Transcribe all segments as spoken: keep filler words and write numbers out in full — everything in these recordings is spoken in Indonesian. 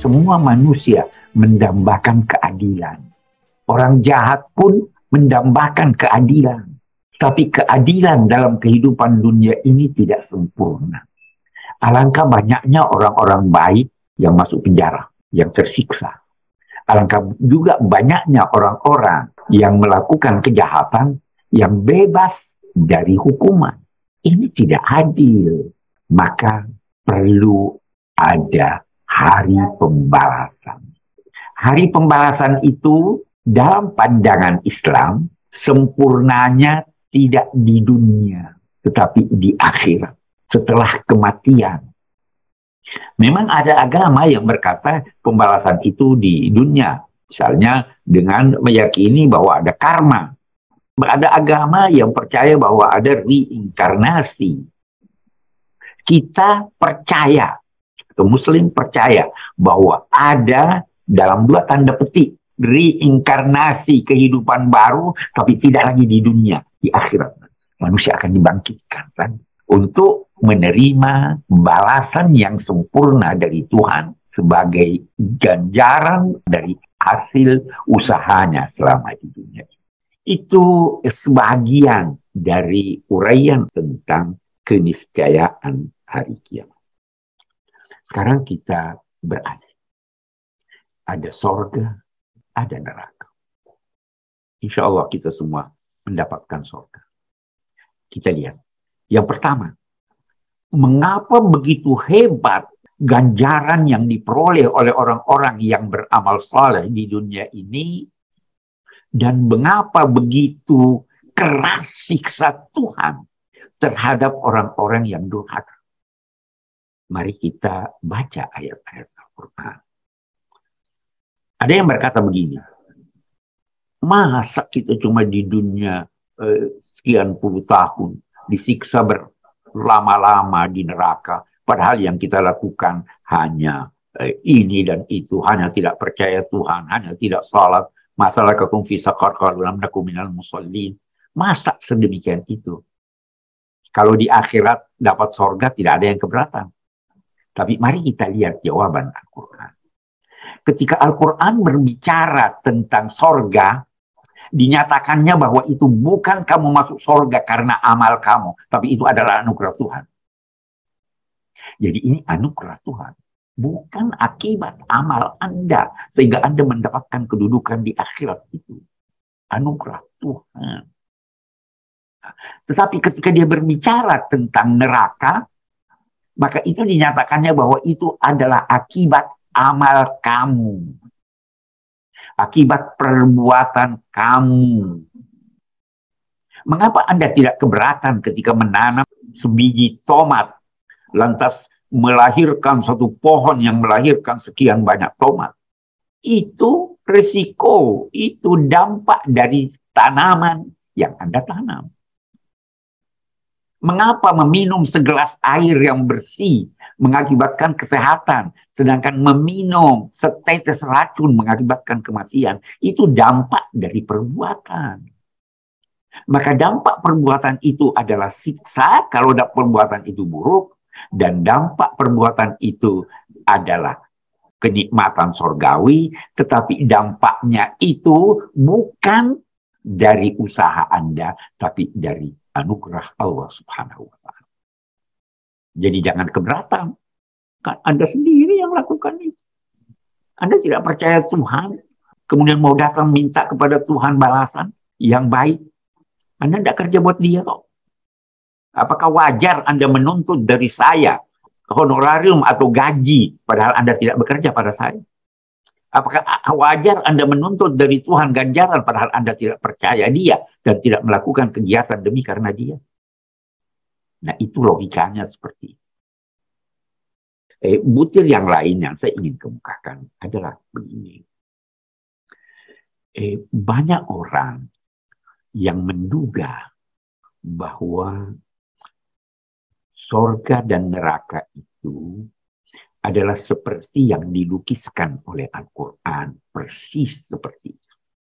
semua manusia mendambakan keadilan. Orang jahat pun mendambakan keadilan. Tapi keadilan dalam kehidupan dunia ini tidak sempurna. Alangkah banyaknya orang-orang baik yang masuk penjara, yang tersiksa. Alangkah juga banyaknya orang-orang yang melakukan kejahatan yang bebas dari hukuman. Ini tidak adil. Maka perlu ada hari pembalasan. Hari pembalasan itu dalam pandangan Islam sempurnanya tidak di dunia, tetapi di akhirat, setelah kematian. Memang ada agama yang berkata pembalasan itu di dunia, misalnya dengan meyakini bahwa ada karma. Ada agama yang percaya bahwa ada reinkarnasi. Kita percaya, atau Muslim percaya bahwa ada dalam dua tanda petik reinkarnasi, kehidupan baru, tapi tidak lagi di dunia, di akhirat. Manusia akan dibangkitkan kan? Untuk menerima balasan yang sempurna dari Tuhan sebagai ganjaran dari hasil usahanya selama di dunia. Itu sebagian dari uraian tentang keniscayaan hari kiamat. Sekarang kita beralih. Ada sorga, ada neraka. Insya Allah kita semua mendapatkan sorga. Kita lihat. Yang pertama, mengapa begitu hebat ganjaran yang diperoleh oleh orang-orang yang beramal saleh di dunia ini, dan mengapa begitu keras siksa Tuhan terhadap orang-orang yang durhaka? Mari kita baca ayat-ayat Al-Quran. Ada yang berkata begini, masa kita cuma di dunia eh, sekian puluh tahun disiksa berlama-lama di neraka, padahal yang kita lakukan hanya eh, ini dan itu, hanya tidak percaya Tuhan, hanya tidak salat, masalah kakum fi saqar qalu lam nakum minal musallin. Masa sedemikian itu? Kalau di akhirat dapat sorga tidak ada yang keberatan. Tapi mari kita lihat jawaban Al-Quran. Ketika Al-Quran berbicara tentang sorga, dinyatakannya bahwa itu bukan kamu masuk sorga karena amal kamu, tapi itu adalah anugerah Tuhan. Jadi ini anugerah Tuhan, bukan akibat amal Anda sehingga Anda mendapatkan kedudukan di akhirat itu. Anugerah Tuhan. Tetapi ketika dia berbicara tentang neraka, maka itu dinyatakannya bahwa itu adalah akibat amal kamu. Akibat perbuatan kamu. Mengapa Anda tidak keberatan ketika menanam sebiji tomat, lantas melahirkan satu pohon yang melahirkan sekian banyak tomat? Itu risiko, itu dampak dari tanaman yang Anda tanam. Mengapa meminum segelas air yang bersih mengakibatkan kesehatan, sedangkan meminum setetes racun mengakibatkan kematian? Itu dampak dari perbuatan. Maka dampak perbuatan itu adalah siksa kalau perbuatan itu buruk, dan dampak perbuatan itu adalah kenikmatan sorgawi, tetapi dampaknya itu bukan dari usaha Anda, tapi dari anugerah Allah Subhanahu wa Ta'ala. Jadi jangan keberatan. Kan Anda sendiri yang lakukan itu. Anda tidak percaya Tuhan, kemudian mau datang minta kepada Tuhan balasan yang baik. Anda tidak kerja buat dia kok. Apakah wajar Anda menuntut dari saya honorarium atau gaji, padahal Anda tidak bekerja pada saya? Apakah wajar Anda menuntut dari Tuhan ganjaran, padahal Anda tidak percaya dia dan tidak melakukan kegiatan demi karena dia? Nah, itu logikanya seperti itu. Eh, butir yang lain yang saya ingin kemukakan adalah begini. Eh, banyak orang yang menduga bahwa sorga dan neraka itu adalah seperti yang dilukiskan oleh Al-Quran, persis seperti itu.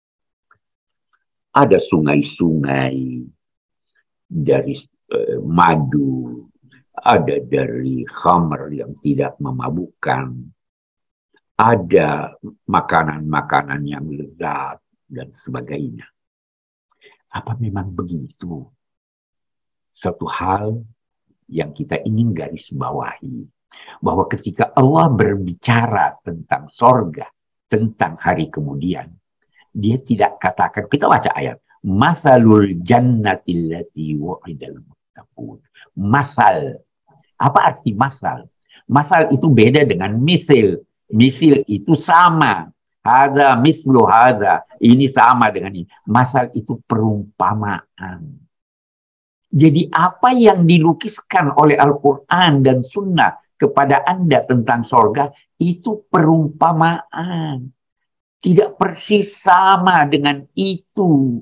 Ada sungai-sungai dari eh, madu, ada dari khamr yang tidak memabukkan, ada makanan-makanan yang lezat dan sebagainya. Apa memang begitu? Satu hal yang kita ingin garis bawahi, bahwa ketika Allah berbicara tentang sorga, tentang hari kemudian, dia tidak katakan, kita baca ayat, masalul jannatil lati wa'idal muttaqun. Masal. Apa arti masal? Masal itu beda dengan misil. Misil itu sama. Hada mislu hada. Ini sama dengan ini. Masal itu perumpamaan. Jadi apa yang dilukiskan oleh Al-Quran dan Sunnah kepada Anda tentang sorga, itu perumpamaan. Tidak persis sama dengan itu.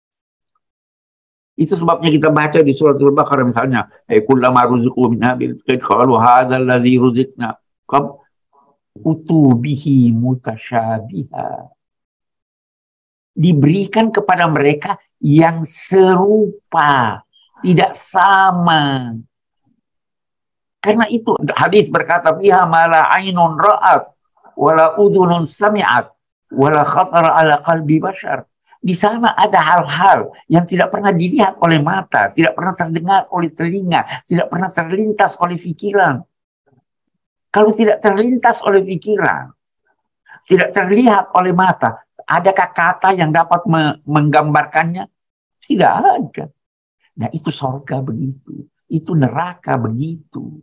Itu sebabnya kita baca di surat Al-Baqarah misalnya, eh kullama ruziqu min habil qalu hadzal ladzi ruziqna qab utubihi mutasyabiha. Diberikan kepada mereka yang serupa, tidak sama. Karena itu hadis berkata, fiha mala ainun ra'at wala udhunun sami'at wala khatara ala qalbi bashar. Di sana ada hal-hal yang tidak pernah dilihat oleh mata, tidak pernah terdengar oleh telinga, tidak pernah terlintas oleh pikiran. Kalau tidak terlintas oleh pikiran, tidak terlihat oleh mata, adakah kata yang dapat menggambarkannya? Tidak ada. Nah, itu sorga begitu. Itu neraka begitu.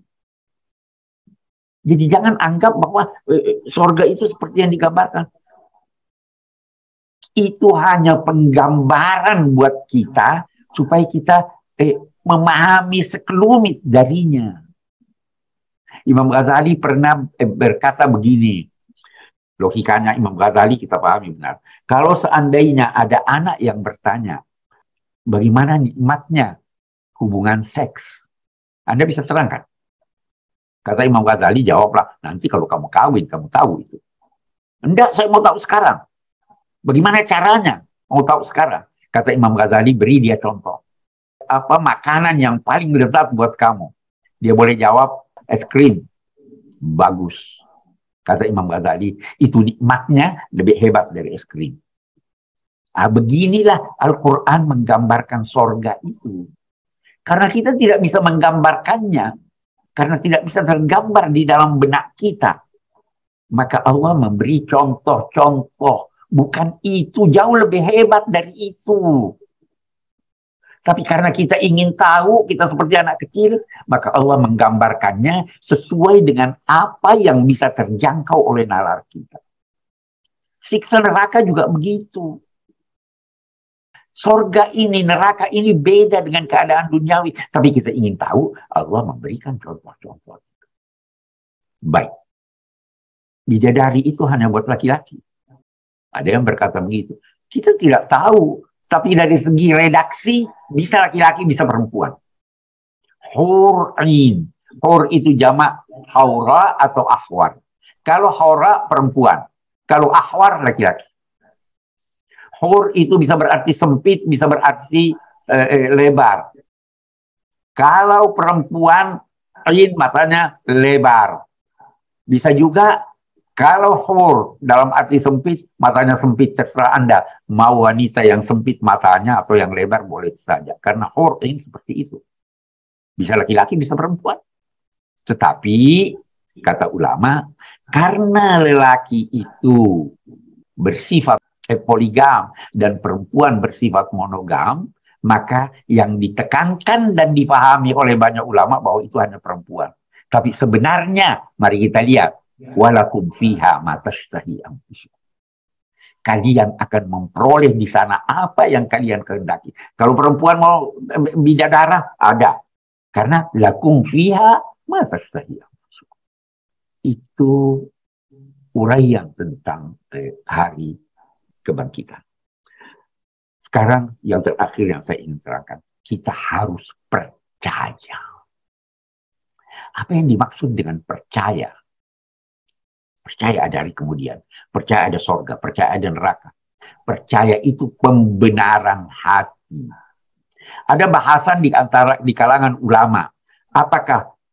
Jadi jangan anggap bahwa eh, sorga itu seperti yang digambarkan. Itu hanya penggambaran buat kita supaya kita eh, memahami sekelumit darinya. Imam Ghazali pernah eh, berkata begini, logikanya Imam Ghazali kita pahami benar. Kalau seandainya ada anak yang bertanya, bagaimana nikmatnya hubungan seks, Anda bisa terangkan? Kata Imam Ghazali, jawablah, nanti kalau kamu kawin, kamu tahu itu. Enggak, saya mau tahu sekarang. Bagaimana caranya? Mau tahu sekarang. Kata Imam Ghazali, beri dia contoh. Apa makanan yang paling lezat buat kamu? Dia boleh jawab, es krim. Bagus. Kata Imam Ghazali, itu nikmatnya lebih hebat dari es krim. Nah, beginilah Al-Quran menggambarkan sorga itu. Karena kita tidak bisa menggambarkannya, karena tidak bisa tergambar di dalam benak kita. Maka Allah memberi contoh-contoh. Bukan itu, jauh lebih hebat dari itu. Tapi karena kita ingin tahu, kita seperti anak kecil, maka Allah menggambarkannya sesuai dengan apa yang bisa terjangkau oleh nalar kita. Siksa neraka juga begitu. Sorga ini, neraka ini beda dengan keadaan duniawi. Tapi kita ingin tahu, Allah memberikan contoh-contoh. Baik. Bidadari itu hanya buat laki-laki. Ada yang berkata begitu. Kita tidak tahu. Tapi dari segi redaksi, bisa laki-laki, bisa perempuan. Hur'in. Hur itu jamak haura atau ahwar. Kalau haura, perempuan. Kalau ahwar, laki-laki. Hur itu bisa berarti sempit, bisa berarti eh, lebar. Kalau perempuan, in matanya lebar. Bisa juga kalau hur dalam arti sempit, matanya sempit, terserah Anda. Mau wanita yang sempit matanya atau yang lebar boleh saja. Karena hur ini seperti itu. Bisa laki-laki, bisa perempuan. Tetapi, kata ulama, karena lelaki itu bersifat poligam dan perempuan bersifat monogam, maka yang ditekankan dan dipahami oleh banyak ulama bahwa itu hanya perempuan. Tapi sebenarnya, mari kita lihat, walakum fiha ma tashtahi anfusukum. Kalian akan memperoleh di sana apa yang kalian kehendaki. Kalau perempuan mau bidadara, ada. Karena lakum fiha ma tashtahi anfusukum. Itu uraian tentang eh, hari kebangkitan. Sekarang yang terakhir yang saya ingin terangkan, kita harus percaya. Apa yang dimaksud dengan percaya? Percaya ada hari kemudian, percaya ada sorga, percaya ada neraka. Percaya itu pembenaran hati. Ada bahasan di antara di kalangan ulama, apakah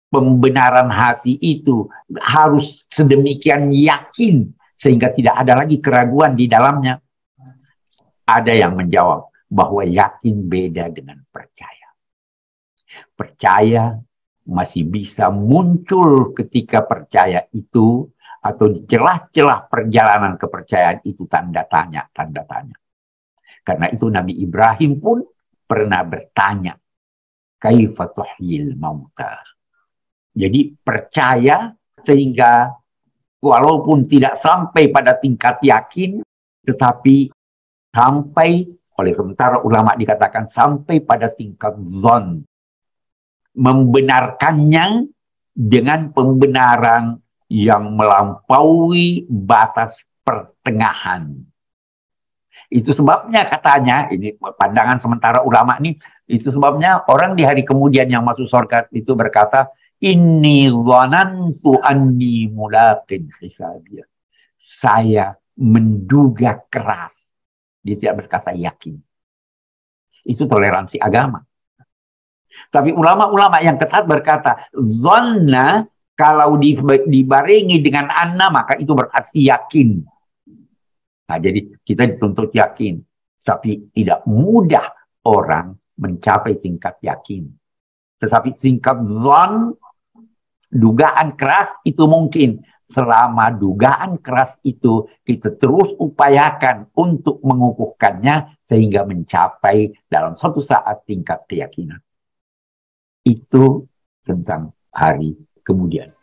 pembenaran hati itu harus sedemikian yakin sehingga tidak ada lagi keraguan di dalamnya? Ada yang menjawab bahwa yakin beda dengan percaya. Percaya masih bisa muncul ketika percaya itu, atau di celah-celah perjalanan kepercayaan itu tanda tanya, tanda tanya. Karena itu Nabi Ibrahim pun pernah bertanya, kaifa tuhyil mauta. Jadi percaya sehingga walaupun tidak sampai pada tingkat yakin, tetapi sampai, oleh sementara ulama dikatakan sampai pada tingkat zon, membenarkannya dengan pembenaran yang melampaui batas pertengahan. Itu sebabnya katanya, ini pandangan sementara ulama ini, itu sebabnya orang di hari kemudian yang masuk surga itu berkata, inni dhanantu anni mulaqin hisabiyah. Saya menduga keras. Dia tidak berkata yakin. Itu toleransi agama. Tapi ulama-ulama yang kesat berkata, zonna kalau dibarengi dengan anna, maka itu berarti yakin. Nah, jadi kita dituntut yakin. Tapi tidak mudah orang mencapai tingkat yakin. Tetapi tingkat zon, dugaan keras itu mungkin. Selama dugaan keras itu kita terus upayakan untuk mengukuhkannya sehingga mencapai dalam suatu saat tingkat keyakinan. Itu tentang hari kemudian.